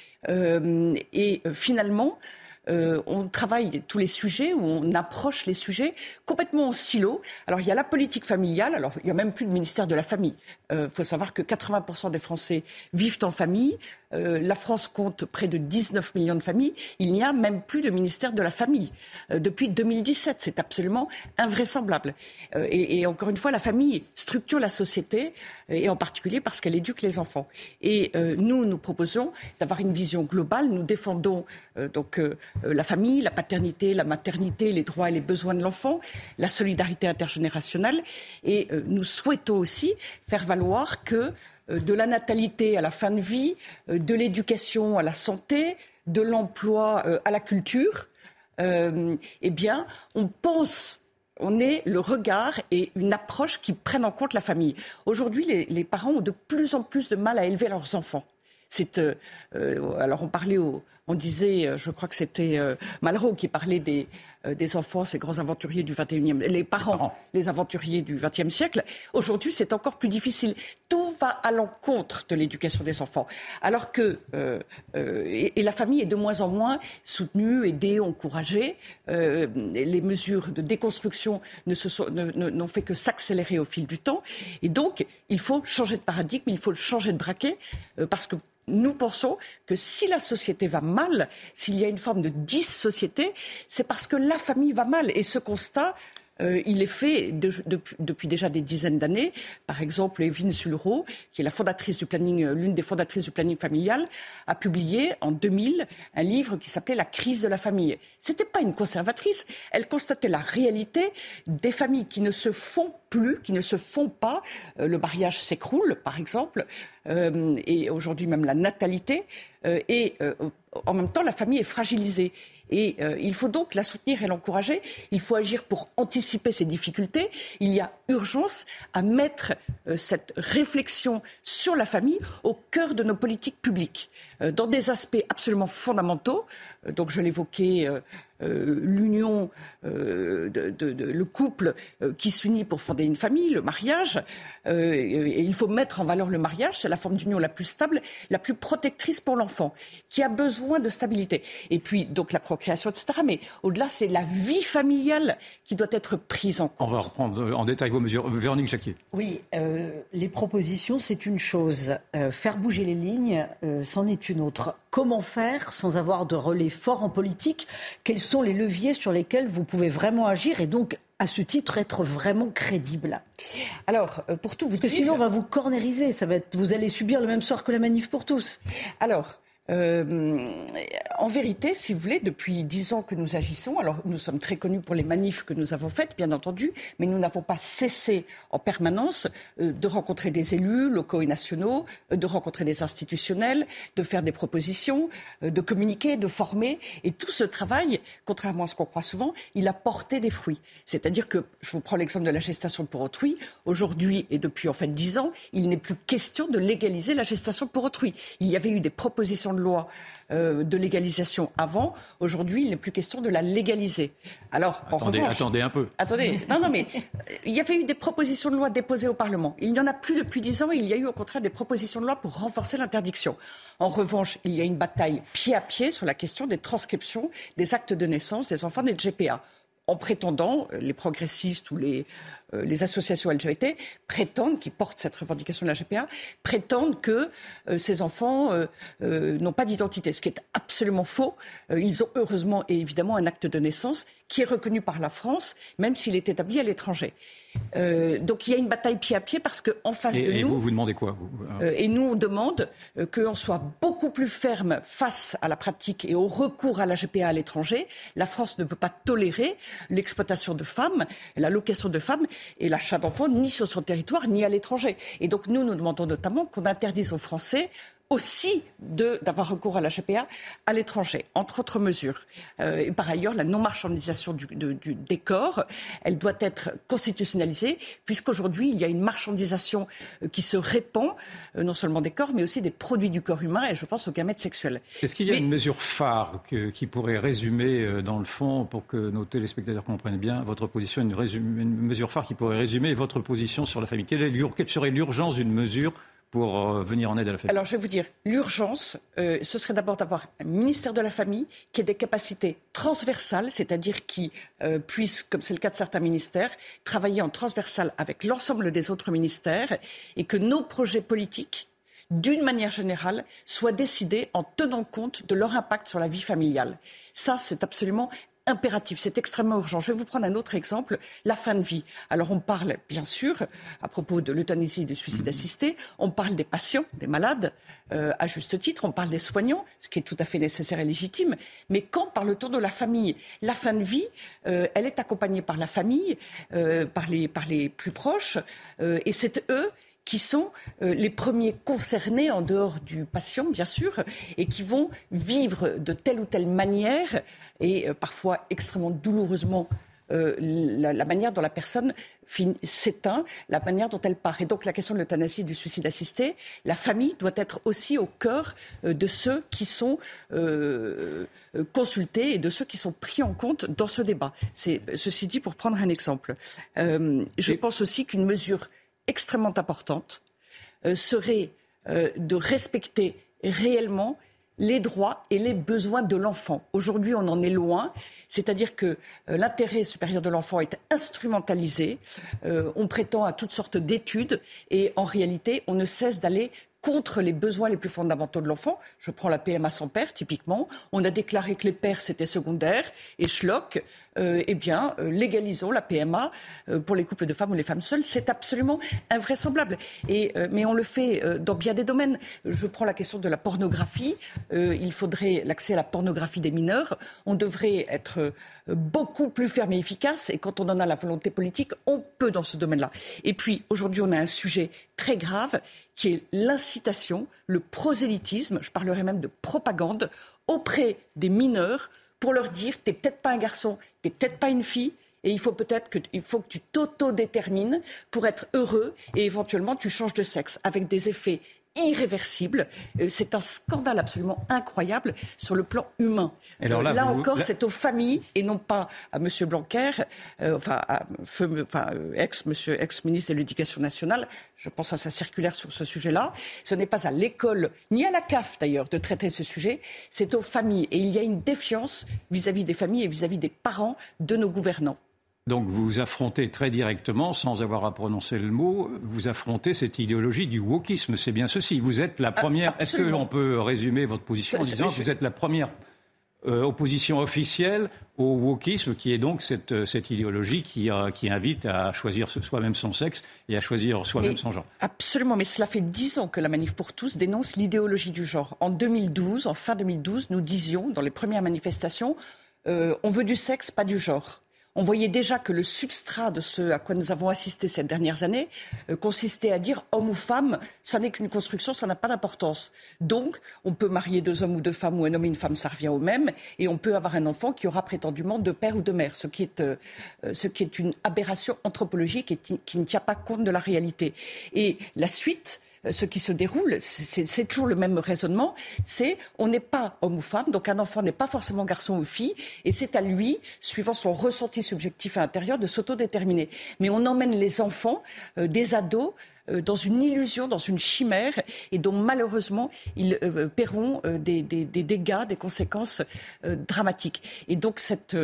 [SPEAKER 6] Finalement, on travaille tous les sujets, ou on approche les sujets complètement en silo. Alors il y a la politique familiale, alors il n'y a même plus de ministère de la famille. Il faut savoir que 80% des Français vivent en famille. La France compte près de 19 millions de familles. Il n'y a même plus de ministère de la famille. Depuis 2017, c'est absolument invraisemblable. Et encore une fois, la famille structure la société, et en particulier parce qu'elle éduque les enfants. Et nous proposons d'avoir une vision globale. Nous défendons la famille, la paternité, la maternité, les droits et les besoins de l'enfant, la solidarité intergénérationnelle. Et nous souhaitons aussi faire valoir que de la natalité à la fin de vie, de l'éducation à la santé, de l'emploi à la culture, eh bien, on est le regard et une approche qui prennent en compte la famille. Aujourd'hui, les parents ont de plus en plus de mal à élever leurs enfants. Alors on disait, je crois que c'était Malraux qui parlait des enfants, ces grands aventuriers du 21e, les parents, les aventuriers du 20e siècle. Aujourd'hui, c'est encore plus difficile. Tout va à l'encontre de l'éducation des enfants. Alors que et la famille est de moins en moins soutenue, aidée, encouragée. Les mesures de déconstruction n'ont fait que s'accélérer au fil du temps. Et donc, il faut changer de paradigme, il faut changer de braquet, parce que nous pensons que si la société va mal, s'il y a une forme de dys-société, c'est parce que la famille va mal. Et ce constat, il est fait depuis déjà des dizaines d'années. Par exemple, Evelyne Sulro, qui est l'une des fondatrices du planning familial, a publié en 2000 un livre qui s'appelait La crise de la famille. C'était pas une conservatrice. Elle constatait la réalité des familles qui ne se font plus, qui ne se font pas. Le mariage s'écroule, par exemple, et aujourd'hui même la natalité. En même temps, la famille est fragilisée. Et il faut donc la soutenir et l'encourager. Il faut agir pour anticiper ces difficultés. Il y a urgence à mettre cette réflexion sur la famille au cœur de nos politiques publiques, dans des aspects absolument fondamentaux. Donc je l'évoquais, l'union, le couple qui s'unit pour fonder une famille, le mariage. Et il faut mettre en valeur le mariage. C'est la forme d'union la plus stable, la plus protectrice pour l'enfant, qui a besoin de stabilité. Et puis, donc, la procréation, etc. Mais au-delà, c'est la vie familiale qui doit être prise en compte.
[SPEAKER 4] On va reprendre en détail vos mesures. Véronique Jacquier.
[SPEAKER 5] Oui, les propositions, c'est une chose. Faire bouger les lignes, c'en est une autre. Comment faire sans avoir de relais fort en politique ? Quels sont les leviers sur lesquels vous pouvez vraiment agir et donc, à ce titre, être vraiment crédible ?
[SPEAKER 6] Alors, pour tout vous dire...
[SPEAKER 5] Parce que sinon, on va vous cornériser. Vous allez subir le même sort que la Manif pour tous.
[SPEAKER 6] Alors... en vérité, si vous voulez, depuis 10 ans que nous agissons, alors nous sommes très connus pour les manifs que nous avons faites, bien entendu, mais nous n'avons pas cessé en permanence de rencontrer des élus locaux et nationaux, de rencontrer des institutionnels, de faire des propositions, de communiquer, de former. Et tout ce travail, contrairement à ce qu'on croit souvent, il a porté des fruits. C'est-à-dire que, je vous prends l'exemple de la gestation pour autrui, aujourd'hui et depuis en fait 10 ans, il n'est plus question de légaliser la gestation pour autrui. Il y avait eu des propositions de loi de légalisation avant. Aujourd'hui, il n'est plus question de la légaliser. Alors,
[SPEAKER 4] attendez un peu.
[SPEAKER 6] Non, mais il y avait eu des propositions de loi déposées au Parlement. Il n'y en a plus depuis 10 ans et il y a eu au contraire des propositions de loi pour renforcer l'interdiction. En revanche, il y a une bataille pied à pied sur la question des transcriptions des actes de naissance des enfants des GPA. En prétendant, les progressistes ou les associations LGBT prétendent, qui portent cette revendication de la GPA, prétendent que ces enfants n'ont pas d'identité, ce qui est absolument faux. Ils ont heureusement et évidemment un acte de naissance qui est reconnu par la France, même s'il est établi à l'étranger. Donc il y a une bataille pied à pied parce qu'en face de nous...
[SPEAKER 4] Et vous demandez quoi
[SPEAKER 6] et nous, on demande qu'on soit beaucoup plus ferme face à la pratique et au recours à la GPA à l'étranger. La France ne peut pas tolérer l'exploitation de femmes, la location de femmes et l'achat d'enfants ni sur son territoire ni à l'étranger. Et donc nous demandons notamment qu'on interdise aux Français aussi d'avoir recours à la GPA à l'étranger, entre autres mesures. Et par ailleurs, la non-marchandisation des corps, elle doit être constitutionnalisée, puisqu'aujourd'hui, il y a une marchandisation qui se répand, non seulement des corps, mais aussi des produits du corps humain, et je pense aux gamètes sexuels.
[SPEAKER 4] Est-ce qu'il y a une mesure phare qui pourrait résumer, dans le fond, pour que nos téléspectateurs comprennent bien votre position, une mesure phare qui pourrait résumer votre position sur la famille? Quelle serait l'urgence d'une mesure pour venir en aide à la famille?
[SPEAKER 6] Alors, je vais vous dire, l'urgence, ce serait d'abord d'avoir un ministère de la famille qui ait des capacités transversales, c'est-à-dire qui puisse, comme c'est le cas de certains ministères, travailler en transversal avec l'ensemble des autres ministères et que nos projets politiques, d'une manière générale, soient décidés en tenant compte de leur impact sur la vie familiale. Ça, c'est absolument impératif, c'est extrêmement urgent. Je vais vous prendre un autre exemple, la fin de vie. Alors on parle, bien sûr, à propos de l'euthanasie et du suicide assisté, on parle des patients, des malades, à juste titre, on parle des soignants, ce qui est tout à fait nécessaire et légitime, mais quand parle-t-on de la famille? La fin de vie, elle est accompagnée par la famille, par les plus proches, et c'est eux qui sont les premiers concernés en dehors du patient, bien sûr, et qui vont vivre de telle ou telle manière, et parfois extrêmement douloureusement, la manière dont la personne s'éteint, la manière dont elle part. Et donc la question de l'euthanasie et du suicide assisté, la famille doit être aussi au cœur de ceux qui sont consultés et de ceux qui sont pris en compte dans ce débat. Ceci dit, pour prendre un exemple, je pense aussi qu'une mesure extrêmement importante serait de respecter réellement les droits et les besoins de l'enfant. Aujourd'hui, on en est loin, c'est-à-dire que l'intérêt supérieur de l'enfant est instrumentalisé, on prétend à toutes sortes d'études et en réalité, on ne cesse d'aller contre les besoins les plus fondamentaux de l'enfant. Je prends la PMA sans père, typiquement. On a déclaré que les pères, c'était secondaire. Et schlock, légalisons la PMA pour les couples de femmes ou les femmes seules. C'est absolument invraisemblable. Mais on le fait dans bien des domaines. Je prends la question de la pornographie. Il faudrait l'accès à la pornographie des mineurs. On devrait être beaucoup plus ferme et efficace. Et quand on en a la volonté politique, on peut dans ce domaine-là. Et puis, aujourd'hui, on a un sujet très grave qui est l'incitation, le prosélytisme, je parlerai même de propagande, auprès des mineurs pour leur dire « t'es peut-être pas un garçon, t'es peut-être pas une fille ». Et il faut que tu t'autodétermines pour être heureux et éventuellement tu changes de sexe avec des effets irréversibles. C'est un scandale absolument incroyable sur le plan humain. Alors là encore, c'est aux familles et non pas à M. Blanquer, ex-ministre de l'Éducation nationale. Je pense à sa circulaire sur ce sujet-là. Ce n'est pas à l'école, ni à la CAF d'ailleurs, de traiter ce sujet. C'est aux familles. Et il y a une défiance vis-à-vis des familles et vis-à-vis des parents de nos gouvernants.
[SPEAKER 4] Donc vous affrontez très directement, sans avoir à prononcer le mot, vous affrontez cette idéologie du wokisme. C'est bien ceci. Vous êtes la première. Est-ce qu'on peut résumer votre position en disant que vous êtes la première opposition officielle au wokisme, qui est donc cette idéologie qui invite à choisir soi-même son sexe et à choisir soi-même son genre?
[SPEAKER 6] Absolument, mais cela fait 10 ans que la Manif pour tous dénonce l'idéologie du genre. En fin 2012, nous disions, dans les premières manifestations, on veut du sexe, pas du genre. On voyait déjà que le substrat de ce à quoi nous avons assisté ces dernières années consistait à dire homme ou femme, ça n'est qu'une construction, ça n'a pas d'importance. Donc, on peut marier 2 hommes ou 2 femmes ou un homme et une femme, ça revient au même, et on peut avoir un enfant qui aura prétendument 2 pères ou 2 mères, ce qui est une aberration anthropologique et qui ne tient pas compte de la réalité. Et la suite ce qui se déroule, c'est toujours le même raisonnement, c'est on n'est pas homme ou femme, donc un enfant n'est pas forcément garçon ou fille, et c'est à lui, suivant son ressenti subjectif et intérieur, de s'autodéterminer. Mais on emmène les enfants, des ados, dans une illusion, dans une chimère, et dont malheureusement ils paieront des dégâts, des conséquences dramatiques. Et donc cette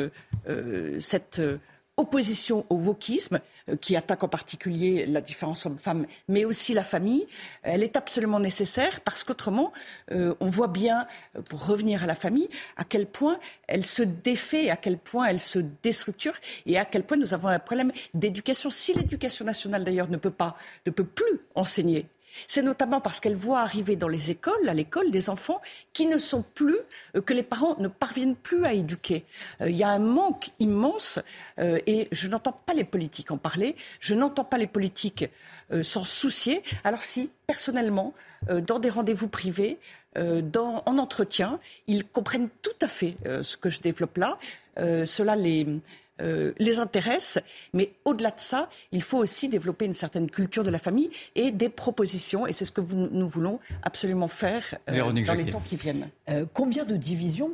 [SPEAKER 6] opposition au wokisme, qui attaque en particulier la différence homme-femme, mais aussi la famille, elle est absolument nécessaire parce qu'autrement, on voit bien, pour revenir à la famille, à quel point elle se défait, à quel point elle se déstructure et à quel point nous avons un problème d'éducation. Si l'éducation nationale, d'ailleurs, ne peut plus enseigner, c'est notamment parce qu'elle voit arriver dans les écoles, à l'école, des enfants qui ne sont plus, que les parents ne parviennent plus à éduquer. Il y a un manque immense et je n'entends pas les politiques en parler, je n'entends pas les politiques s'en soucier. Alors si, personnellement, dans des rendez-vous privés, en entretien, ils comprennent tout à fait ce que je développe là. Cela les intéresse, mais au-delà de ça, il faut aussi développer une certaine culture de la famille et des propositions, et c'est ce que nous voulons absolument faire dans les temps qui viennent.
[SPEAKER 5] Combien de divisions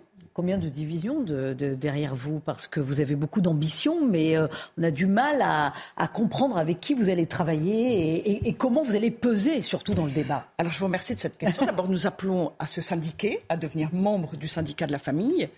[SPEAKER 5] derrière vous? Parce que vous avez beaucoup d'ambition, mais on a du mal à comprendre avec qui vous allez travailler et comment vous allez peser, surtout dans le débat.
[SPEAKER 6] Alors je vous remercie de cette question. D'abord, nous appelons à se syndiquer, à devenir membre du syndicat de la famille.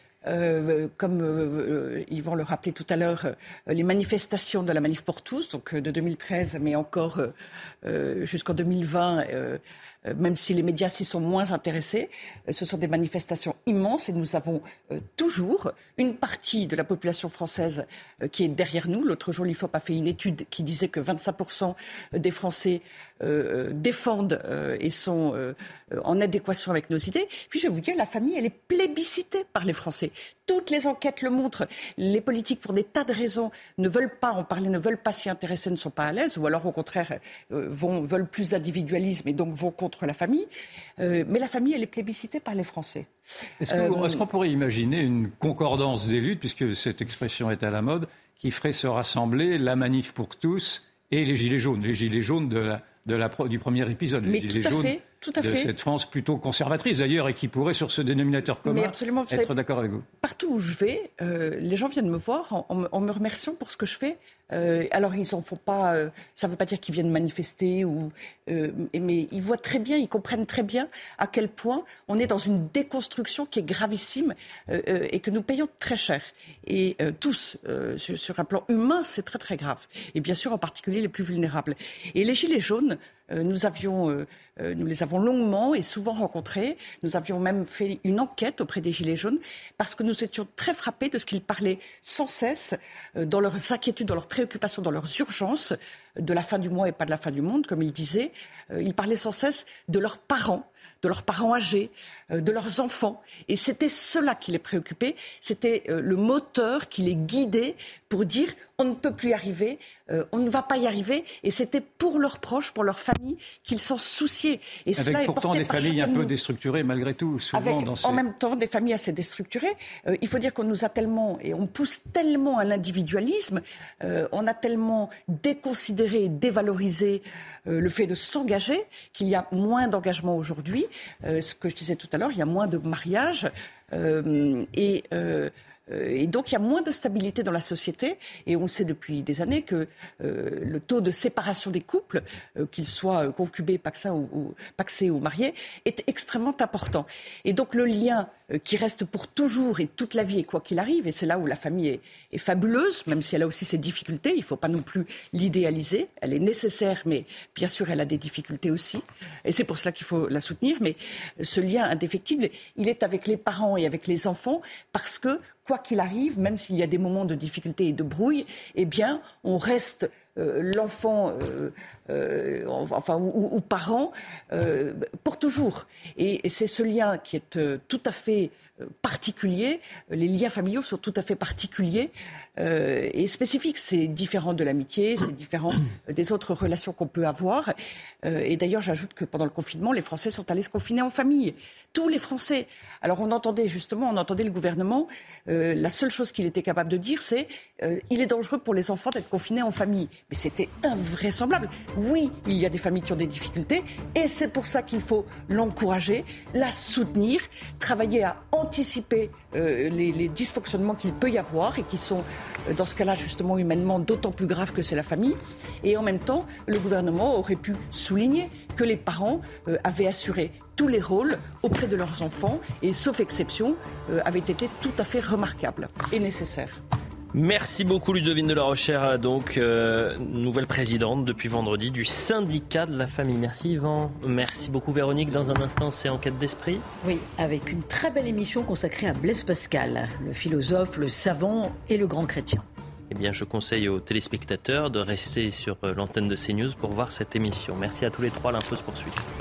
[SPEAKER 6] Comme Yvan le rappelait tout à l'heure, les manifestations de la Manif pour tous, donc de 2013, mais encore jusqu'en 2020, même si les médias s'y sont moins intéressés, ce sont des manifestations immenses et nous avons toujours une partie de la population française qui est derrière nous. L'autre jour, l'IFOP a fait une étude qui disait que 25% des Français défendent et sont en adéquation avec nos idées. Puis je vais vous dire, la famille, elle est plébiscitée par les Français. Toutes les enquêtes le montrent. Les politiques, pour des tas de raisons, ne veulent pas en parler, ne veulent pas s'y intéresser, ne sont pas à l'aise, ou alors au contraire veulent plus d'individualisme et donc vont contre la famille. Mais la famille, elle est plébiscitée par les Français.
[SPEAKER 4] Est-ce qu'on pourrait imaginer une concordance des luttes, puisque cette expression est à la mode, qui ferait se rassembler la Manif pour tous et les Gilets jaunes du premier épisode, les Gilets jaunes de cette France plutôt conservatrice d'ailleurs et qui pourrait sur ce dénominateur commun être d'accord avec vous.
[SPEAKER 6] Partout où je vais, les gens viennent me voir en me remerciant pour ce que je fais. Alors ils en font pas, ça ne veut pas dire qu'ils viennent manifester, mais ils voient très bien, ils comprennent très bien à quel point on est dans une déconstruction qui est gravissime et que nous payons très cher. Et tous, sur un plan humain, c'est très très grave. Et bien sûr, en particulier les plus vulnérables. Et les Gilets jaunes, nous les avons longuement et souvent rencontrés. Nous avions même fait une enquête auprès des Gilets jaunes parce que nous étions très frappés de ce qu'ils parlaient sans cesse dans leurs inquiétudes, dans leurs préoccupations, dans leurs urgences, de la fin du mois et pas de la fin du monde, comme ils disaient. Ils parlaient sans cesse de leurs parents âgés, de leurs enfants. Et c'était cela qui les préoccupait. C'était le moteur qui les guidait pour dire on ne peut plus y arriver, on ne va pas y arriver. Et c'était pour leurs proches, pour leurs familles, qu'ils s'en souciaient. Et
[SPEAKER 4] avec cela pourtant des familles un peu déstructurées malgré tout.
[SPEAKER 6] En même temps, des familles assez déstructurées. Il faut dire qu'on nous a tellement, et on pousse tellement à l'individualisme, on a tellement déconsidéré et dévalorisé le fait de s'engager, qu'il y a moins d'engagement aujourd'hui. Ce que je disais tout à l'heure, il y a moins de mariages et donc il y a moins de stabilité dans la société et on sait depuis des années que le taux de séparation des couples, qu'ils soient concubés, pacsés ou mariés, est extrêmement important. Et donc le lien qui reste pour toujours et toute la vie et quoi qu'il arrive, et c'est là où la famille est fabuleuse, même si elle a aussi ses difficultés, il ne faut pas non plus l'idéaliser, elle est nécessaire mais bien sûr elle a des difficultés aussi et c'est pour cela qu'il faut la soutenir, mais ce lien indéfectible, il est avec les parents et avec les enfants parce que quoi qu'il arrive, même s'il y a des moments de difficulté et de brouille, eh bien, on reste l'enfant, ou parent, pour toujours. Et c'est ce lien qui est tout à fait particulier. Les liens familiaux sont tout à fait particuliers est spécifique. C'est différent de l'amitié, c'est différent des autres relations qu'on peut avoir. Et d'ailleurs, j'ajoute que pendant le confinement, les Français sont allés se confiner en famille. Tous les Français. Alors on entendait le gouvernement, la seule chose qu'il était capable de dire, c'est il est dangereux pour les enfants d'être confinés en famille. Mais c'était invraisemblable. Oui, il y a des familles qui ont des difficultés et c'est pour ça qu'il faut l'encourager, la soutenir, travailler à anticiper les dysfonctionnements qu'il peut y avoir et qui sont, dans ce cas-là, justement, humainement, d'autant plus graves que c'est la famille. Et en même temps, le gouvernement aurait pu souligner que les parents avaient assuré tous les rôles auprès de leurs enfants et, sauf exception, avaient été tout à fait remarquables et nécessaires.
[SPEAKER 2] Merci beaucoup Ludovine de la Rochère, donc nouvelle présidente depuis vendredi du syndicat de la famille. Merci Yvan, merci beaucoup Véronique. Dans un instant, c'est Enquête d'esprit.
[SPEAKER 5] Oui, avec une très belle émission consacrée à Blaise Pascal, le philosophe, le savant et le grand chrétien.
[SPEAKER 2] Eh bien, je conseille aux téléspectateurs de rester sur l'antenne de CNews pour voir cette émission. Merci à tous les trois, l'info se poursuit.